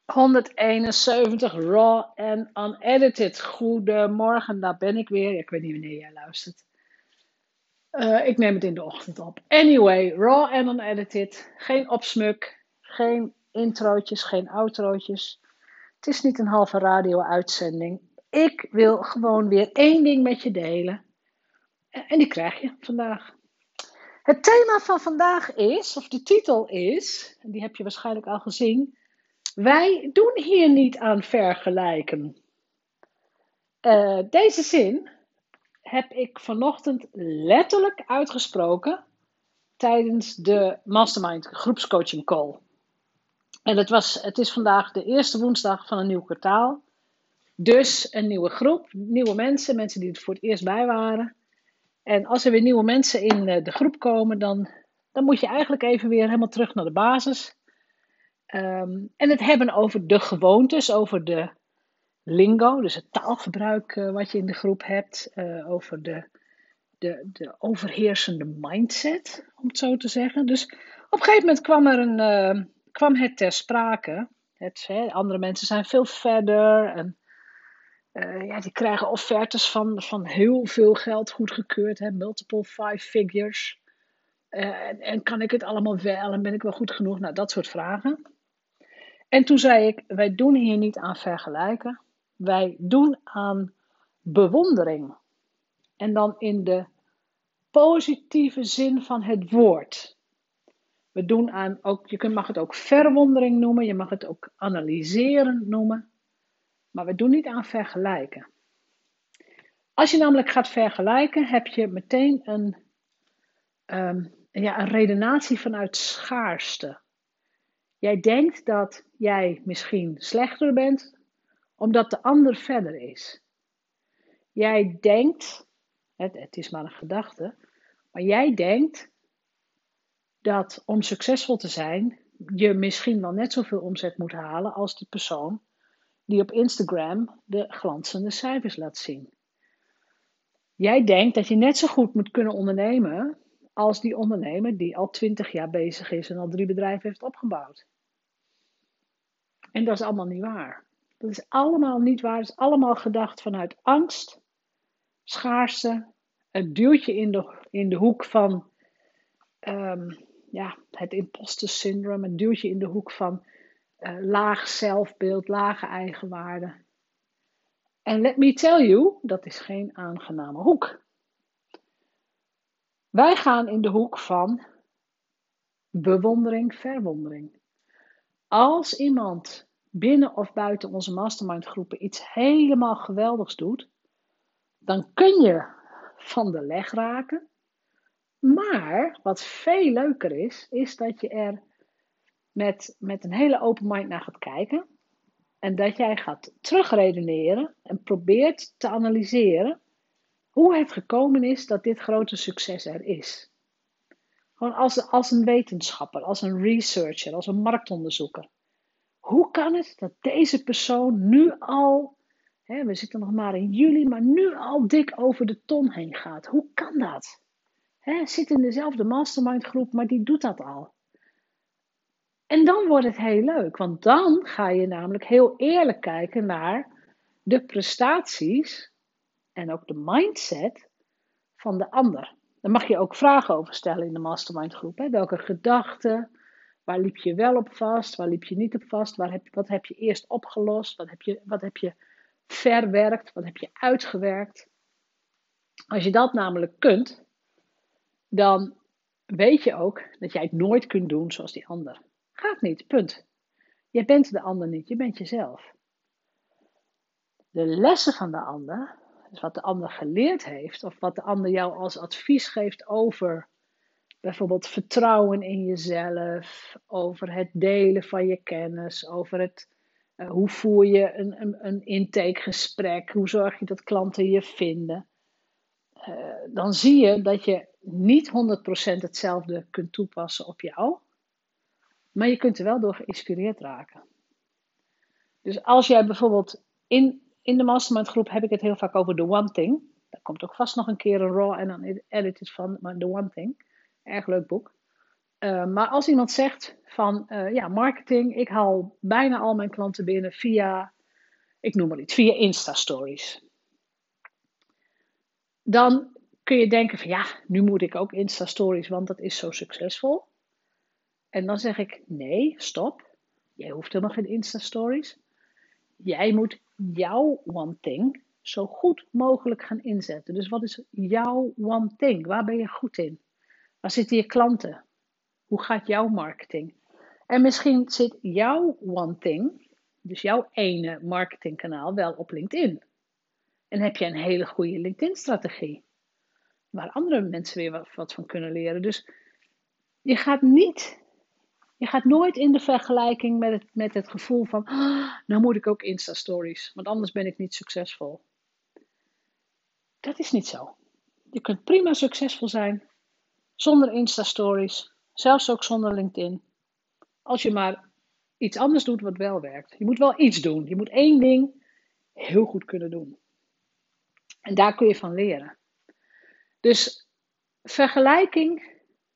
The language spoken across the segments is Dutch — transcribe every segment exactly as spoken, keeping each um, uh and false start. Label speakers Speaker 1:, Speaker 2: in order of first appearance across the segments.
Speaker 1: honderdeenenzeventig raw en unedited. Goedemorgen, daar ben ik weer. Ik weet niet wanneer jij luistert. Uh, ik neem het in de ochtend op. Anyway, raw en unedited. Geen opsmuk, geen introotjes, geen outrootjes. Het is niet een halve radio-uitzending. Ik wil gewoon weer één ding met je delen. En die krijg je vandaag. Het thema van vandaag is, of de titel is, en die heb je waarschijnlijk al gezien. Wij doen hier niet aan vergelijken. Uh, deze zin heb ik vanochtend letterlijk uitgesproken tijdens de Mastermind groepscoaching call. En het, was, het is vandaag de eerste woensdag van een nieuw kwartaal. Dus een nieuwe groep, nieuwe mensen, mensen die er voor het eerst bij waren. En als er weer nieuwe mensen in de groep komen, dan, dan moet je eigenlijk even weer helemaal terug naar de basis. Um, en het hebben over de gewoontes, over de lingo, dus het taalgebruik uh, wat je in de groep hebt, uh, over de, de, de overheersende mindset, om het zo te zeggen. Dus op een gegeven moment kwam, er een, uh, kwam het ter sprake. Het, hè, andere mensen zijn veel verder en uh, ja, die krijgen offertes van, van heel veel geld goedgekeurd, hè, multiple five figures. Uh, en, en kan ik het allemaal wel en ben ik wel goed genoeg? Nou, dat soort vragen. En toen zei ik, wij doen hier niet aan vergelijken. Wij doen aan bewondering. En dan in de positieve zin van het woord. We doen aan, ook, je mag het ook verwondering noemen, je mag het ook analyseren noemen. Maar we doen niet aan vergelijken. Als je namelijk gaat vergelijken, heb je meteen een, um, ja, een redenatie vanuit schaarste. Jij denkt dat jij misschien slechter bent, omdat de ander verder is. Jij denkt, het, het is maar een gedachte, maar jij denkt dat om succesvol te zijn, je misschien wel net zoveel omzet moet halen als die persoon die op Instagram de glanzende cijfers laat zien. Jij denkt dat je net zo goed moet kunnen ondernemen als die ondernemer die al twintig jaar bezig is en al drie bedrijven heeft opgebouwd. En dat is allemaal niet waar. Dat is allemaal niet waar. Dat is allemaal gedacht vanuit angst, schaarste, het duwtje in de, in de hoek van um, ja, het imposter syndrome, het duwtje in de hoek van uh, laag zelfbeeld, lage eigenwaarde. En let me tell you, dat is geen aangename hoek. Wij gaan in de hoek van bewondering, verwondering. Als iemand binnen of buiten onze mastermind groepen iets helemaal geweldigs doet, dan kun je van de leg raken. Maar wat veel leuker is, is dat je er met, met een hele open mind naar gaat kijken. En dat jij gaat terugredeneren en probeert te analyseren hoe het gekomen is dat dit grote succes er is. Gewoon als, als een wetenschapper, als een researcher, als een marktonderzoeker. Hoe kan het dat deze persoon nu al, hè, we zitten nog maar in juli, maar nu al dik over de ton heen gaat? Hoe kan dat? Hè, zit in dezelfde mastermind groep, maar die doet dat al. En dan wordt het heel leuk, want dan ga je namelijk heel eerlijk kijken naar de prestaties en ook de mindset van de ander. Daar mag je ook vragen over stellen in de mastermind groep. Hè? Welke gedachten, waar liep je wel op vast, waar liep je niet op vast, waar heb, wat heb je eerst opgelost, wat heb je, wat heb je verwerkt, wat heb je uitgewerkt. Als je dat namelijk kunt, dan weet je ook dat jij het nooit kunt doen zoals die ander. Gaat niet, punt. Je bent de ander niet, je bent jezelf. De lessen van de ander, dus wat de ander geleerd heeft, of wat de ander jou als advies geeft over bijvoorbeeld vertrouwen in jezelf, over het delen van je kennis, over het, uh, hoe voer je een, een, een intakegesprek, hoe zorg je dat klanten je vinden. Uh, dan zie je dat je niet honderd procent hetzelfde kunt toepassen op jou, maar je kunt er wel door geïnspireerd raken. Dus als jij bijvoorbeeld in, in de mastermind groep heb ik het heel vaak over the one thing. Daar komt ook vast nog een keer een raw en een edited van, maar the one thing. Erg leuk boek. Uh, maar als iemand zegt van uh, ja, marketing, ik haal bijna al mijn klanten binnen via, ik noem maar iets, via Insta-stories. Dan kun je denken van ja, nu moet ik ook Insta-stories, want dat is zo succesvol. En dan zeg ik nee, stop. Jij hoeft helemaal geen Insta-stories. Jij moet jouw one thing zo goed mogelijk gaan inzetten. Dus wat is jouw one thing? Waar ben je goed in? Waar zitten je klanten? Hoe gaat jouw marketing? En misschien zit jouw one thing, dus jouw ene marketingkanaal, wel op LinkedIn. En heb je een hele goede LinkedIn-strategie. Waar andere mensen weer wat, wat van kunnen leren. Dus je gaat niet, je gaat nooit in de vergelijking met het, met het gevoel van, ah, nou moet ik ook Insta-stories, want anders ben ik niet succesvol. Dat is niet zo. Je kunt prima succesvol zijn zonder Insta-stories, zelfs ook zonder LinkedIn. Als je maar iets anders doet wat wel werkt. Je moet wel iets doen. Je moet één ding heel goed kunnen doen. En daar kun je van leren. Dus vergelijking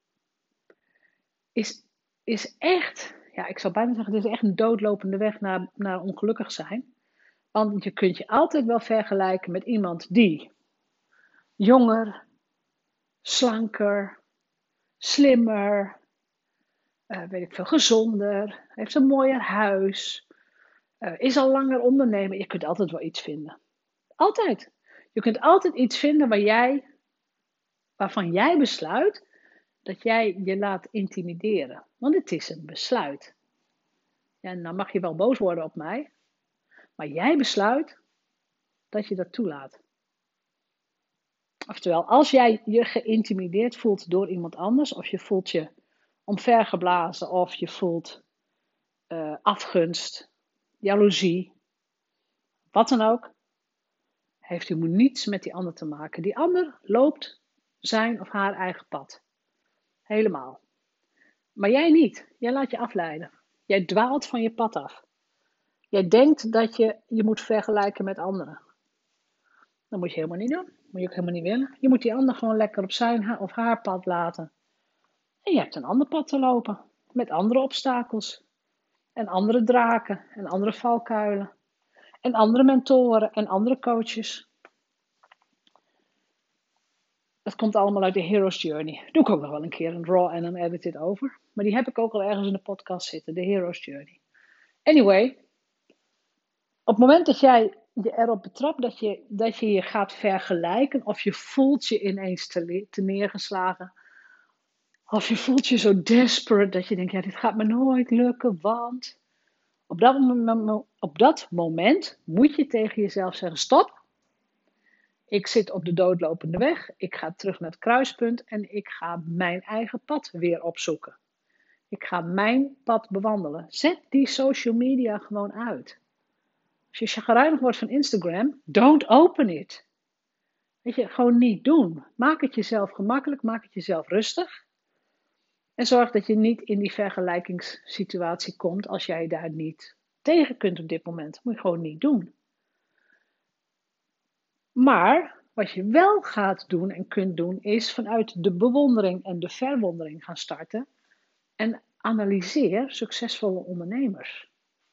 Speaker 1: is, is echt, ja, ik zou bijna zeggen, het is echt een doodlopende weg naar, naar ongelukkig zijn. Want je kunt je altijd wel vergelijken met iemand die jonger, slanker, slimmer, uh, weet ik veel, gezonder, heeft een mooier huis, uh, is al langer ondernemer. Je kunt altijd wel iets vinden. Altijd. Je kunt altijd iets vinden waar jij, waarvan jij besluit dat jij je laat intimideren. Want het is een besluit. Ja, en dan mag je wel boos worden op mij. Maar jij besluit dat je dat toelaat. Oftewel, als jij je geïntimideerd voelt door iemand anders, of je voelt je omvergeblazen, of je voelt uh, afgunst, jaloezie, wat dan ook, heeft helemaal niets met die ander te maken. Die ander loopt zijn of haar eigen pad. Helemaal. Maar jij niet. Jij laat je afleiden. Jij dwaalt van je pad af. Jij denkt dat je je moet vergelijken met anderen. Dat moet je helemaal niet doen. Dat moet je ook helemaal niet willen. Je moet die ander gewoon lekker op zijn of haar pad laten. En je hebt een ander pad te lopen. Met andere obstakels. En andere draken. En andere valkuilen. En andere mentoren. En andere coaches. Dat komt allemaal uit de Hero's Journey. Daar doe ik ook nog wel een keer een raw en een edited over. Maar die heb ik ook al ergens in de podcast zitten. De Hero's Journey. Anyway. Op het moment dat jij je erop betrapt dat je, dat je je gaat vergelijken. Of je voelt je ineens te, te neergeslagen. Of je voelt je zo desperate dat je denkt, ja, dit gaat me nooit lukken, want op dat, moment, op dat moment moet je tegen jezelf zeggen, stop. Ik zit op de doodlopende weg, ik ga terug naar het kruispunt en ik ga mijn eigen pad weer opzoeken. Ik ga mijn pad bewandelen. Zet die social media gewoon uit. Als je chagrijnig wordt van Instagram, don't open it. Weet je, gewoon niet doen. Maak het jezelf gemakkelijk, maak het jezelf rustig. En zorg dat je niet in die vergelijkingssituatie komt als jij daar niet tegen kunt op dit moment. Dat moet je gewoon niet doen. Maar wat je wel gaat doen en kunt doen, is vanuit de bewondering en de verwondering gaan starten. En analyseer succesvolle ondernemers.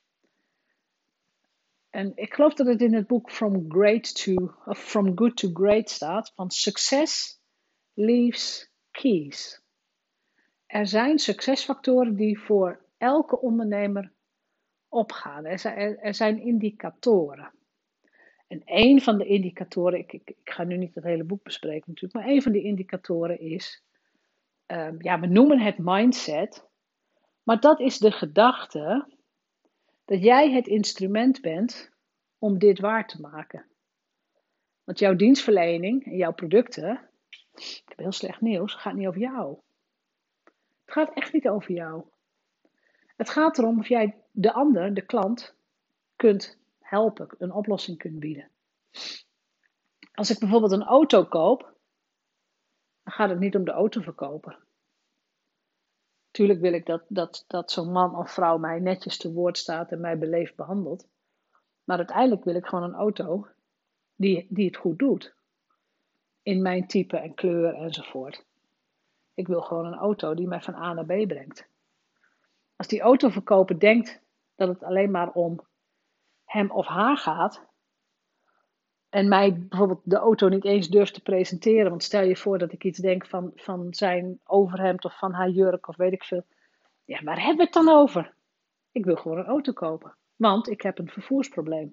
Speaker 1: En ik geloof dat het in het boek From Great to, of From Good to Great staat, van success leaves keys. Er zijn succesfactoren die voor elke ondernemer opgaan. Er zijn, er zijn indicatoren. En een van de indicatoren, ik, ik, ik ga nu niet het hele boek bespreken natuurlijk, maar een van die indicatoren is, uh, ja, we noemen het mindset, maar dat is de gedachte dat jij het instrument bent om dit waar te maken. Want jouw dienstverlening en jouw producten, ik heb heel slecht nieuws, gaat niet over jou. Het gaat echt niet over jou. Het gaat erom of jij de ander, de klant, kunt helpen, een oplossing kunt bieden. Als ik bijvoorbeeld een auto koop, dan gaat het niet om de auto verkopen. Tuurlijk wil ik dat, dat, dat zo'n man of vrouw mij netjes te woord staat en mij beleefd behandelt. Maar uiteindelijk wil ik gewoon een auto die, die het goed doet. In mijn type en kleur enzovoort. Ik wil gewoon een auto die mij van A naar B brengt. Als die autoverkoper denkt dat het alleen maar om hem of haar gaat, en mij bijvoorbeeld de auto niet eens durft te presenteren, want stel je voor dat ik iets denk van, van zijn overhemd of van haar jurk of weet ik veel. Ja, waar hebben we het dan over? Ik wil gewoon een auto kopen, want ik heb een vervoersprobleem.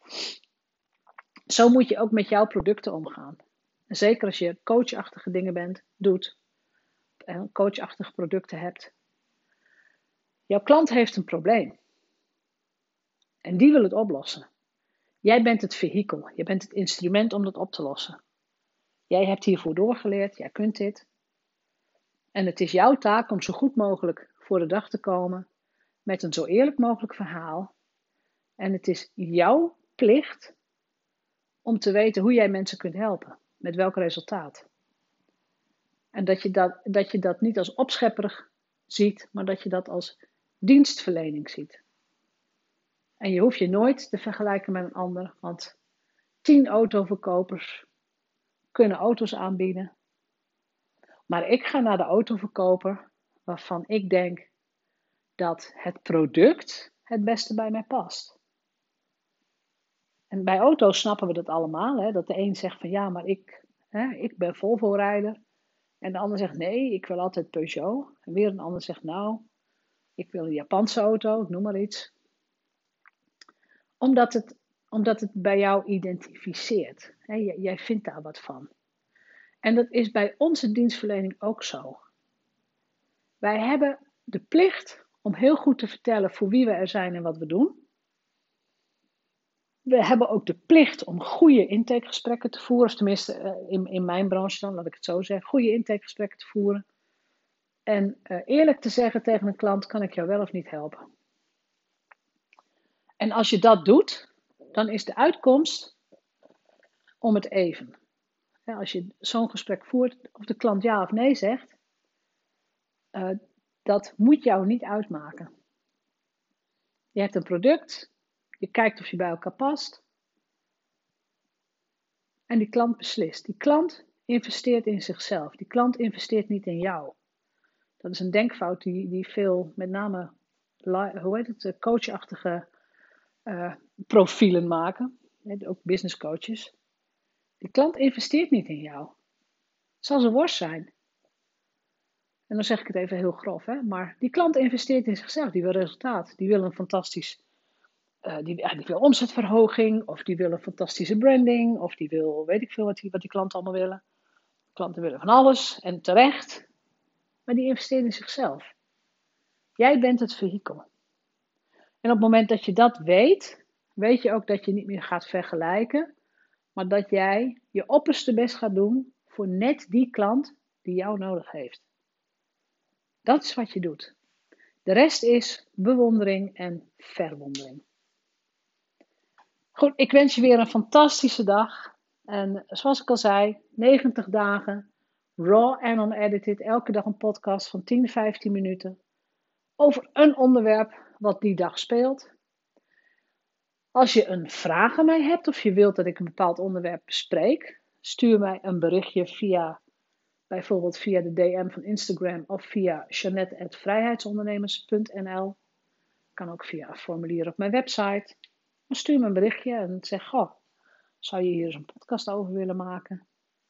Speaker 1: Zo moet je ook met jouw producten omgaan. En zeker als je coachachtige dingen bent, doet, en coachachtige producten hebt. Jouw klant heeft een probleem. En die wil het oplossen. Jij bent het vehikel, je bent het instrument om dat op te lossen. Jij hebt hiervoor doorgeleerd, jij kunt dit. En het is jouw taak om zo goed mogelijk voor de dag te komen met een zo eerlijk mogelijk verhaal. En het is jouw plicht om te weten hoe jij mensen kunt helpen. Met welk resultaat. En dat je dat, dat je dat niet als opschepperig ziet, maar dat je dat als dienstverlening ziet. En je hoeft je nooit te vergelijken met een ander, want tien autoverkopers kunnen auto's aanbieden. Maar ik ga naar de autoverkoper waarvan ik denk dat het product het beste bij mij past. En bij auto's snappen we dat allemaal. Hè? Dat de een zegt van ja, maar ik, hè, ik ben Volvo-rijder. En de ander zegt nee, ik wil altijd Peugeot. En weer een ander zegt nou, ik wil een Japanse auto, ik noem maar iets. Omdat het, omdat het bij jou identificeert. Hè? J- jij vindt daar wat van. En dat is bij onze dienstverlening ook zo. Wij hebben de plicht om heel goed te vertellen voor wie we er zijn en wat we doen. We hebben ook de plicht om goede intakegesprekken te voeren. Of tenminste, in, in mijn branche dan, laat ik het zo zeggen. Goede intakegesprekken te voeren. En uh, eerlijk te zeggen tegen een klant, kan ik jou wel of niet helpen? En als je dat doet, dan is de uitkomst om het even. Ja, als je zo'n gesprek voert, of de klant ja of nee zegt, uh, dat moet jou niet uitmaken. Je hebt een product, je kijkt of je bij elkaar past. En die klant beslist. Die klant investeert in zichzelf. Die klant investeert niet in jou. Dat is een denkfout die, die veel, met name, hoe heet het, coachachtige uh, profielen maken. Ook business coaches. Die klant investeert niet in jou. Het zal zijn worst zijn. En dan zeg ik het even heel grof, hè? Maar die klant investeert in zichzelf. Die wil resultaat. Die wil een fantastisch, uh, die, ja, die wil omzetverhoging. Of die wil een fantastische branding. Of die wil, weet ik veel wat die, wat die klanten allemaal willen. Klanten willen van alles en terecht. Maar die investeren in zichzelf. Jij bent het vehikel. En op het moment dat je dat weet, weet je ook dat je niet meer gaat vergelijken. Maar dat jij je opperste best gaat doen voor net die klant die jou nodig heeft. Dat is wat je doet. De rest is bewondering en verwondering. Goed, ik wens je weer een fantastische dag. En zoals ik al zei, negentig dagen, raw en unedited, elke dag een podcast van tien, vijftien minuten. Over een onderwerp wat die dag speelt. Als je een vraag aan mij hebt of je wilt dat ik een bepaald onderwerp bespreek, stuur mij een berichtje via, bijvoorbeeld via de D M van Instagram of via jeannette at vrijheidsondernemers punt n l. Kan ook via een formulier op mijn website. Dan stuur me een berichtje en zeg, goh, zou je hier eens een podcast over willen maken?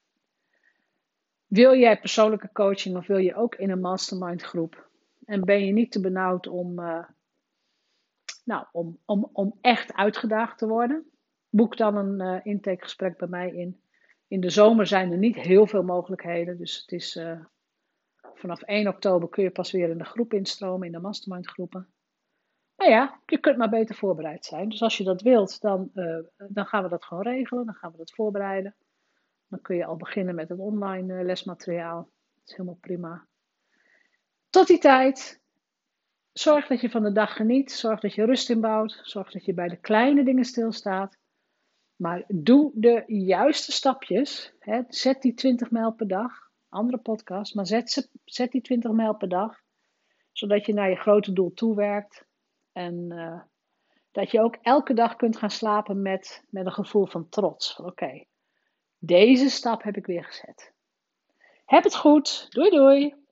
Speaker 1: Wil jij persoonlijke coaching of wil je ook in een mastermind groep? En ben je niet te benauwd om, uh, nou, om, om, om echt uitgedaagd te worden? Boek dan een uh, intakegesprek bij mij in. In de zomer zijn er niet heel veel mogelijkheden. Dus het is uh, vanaf één oktober kun je pas weer in de groep instromen, in de mastermind groepen. Nou ja, je kunt maar beter voorbereid zijn. Dus als je dat wilt, dan, uh, dan gaan we dat gewoon regelen. Dan gaan we dat voorbereiden. Dan kun je al beginnen met het online uh, lesmateriaal. Dat is helemaal prima. Tot die tijd, zorg dat je van de dag geniet. Zorg dat je rust inbouwt. Zorg dat je bij de kleine dingen stilstaat. Maar doe de juiste stapjes. Hè. Zet die twintig mijl per dag. Andere podcast, maar zet, ze, zet die twintig mijl per dag. Zodat je naar je grote doel toewerkt. En uh, dat je ook elke dag kunt gaan slapen met, met een gevoel van trots. Oké, okay, deze stap heb ik weer gezet. Heb het goed. Doei doei.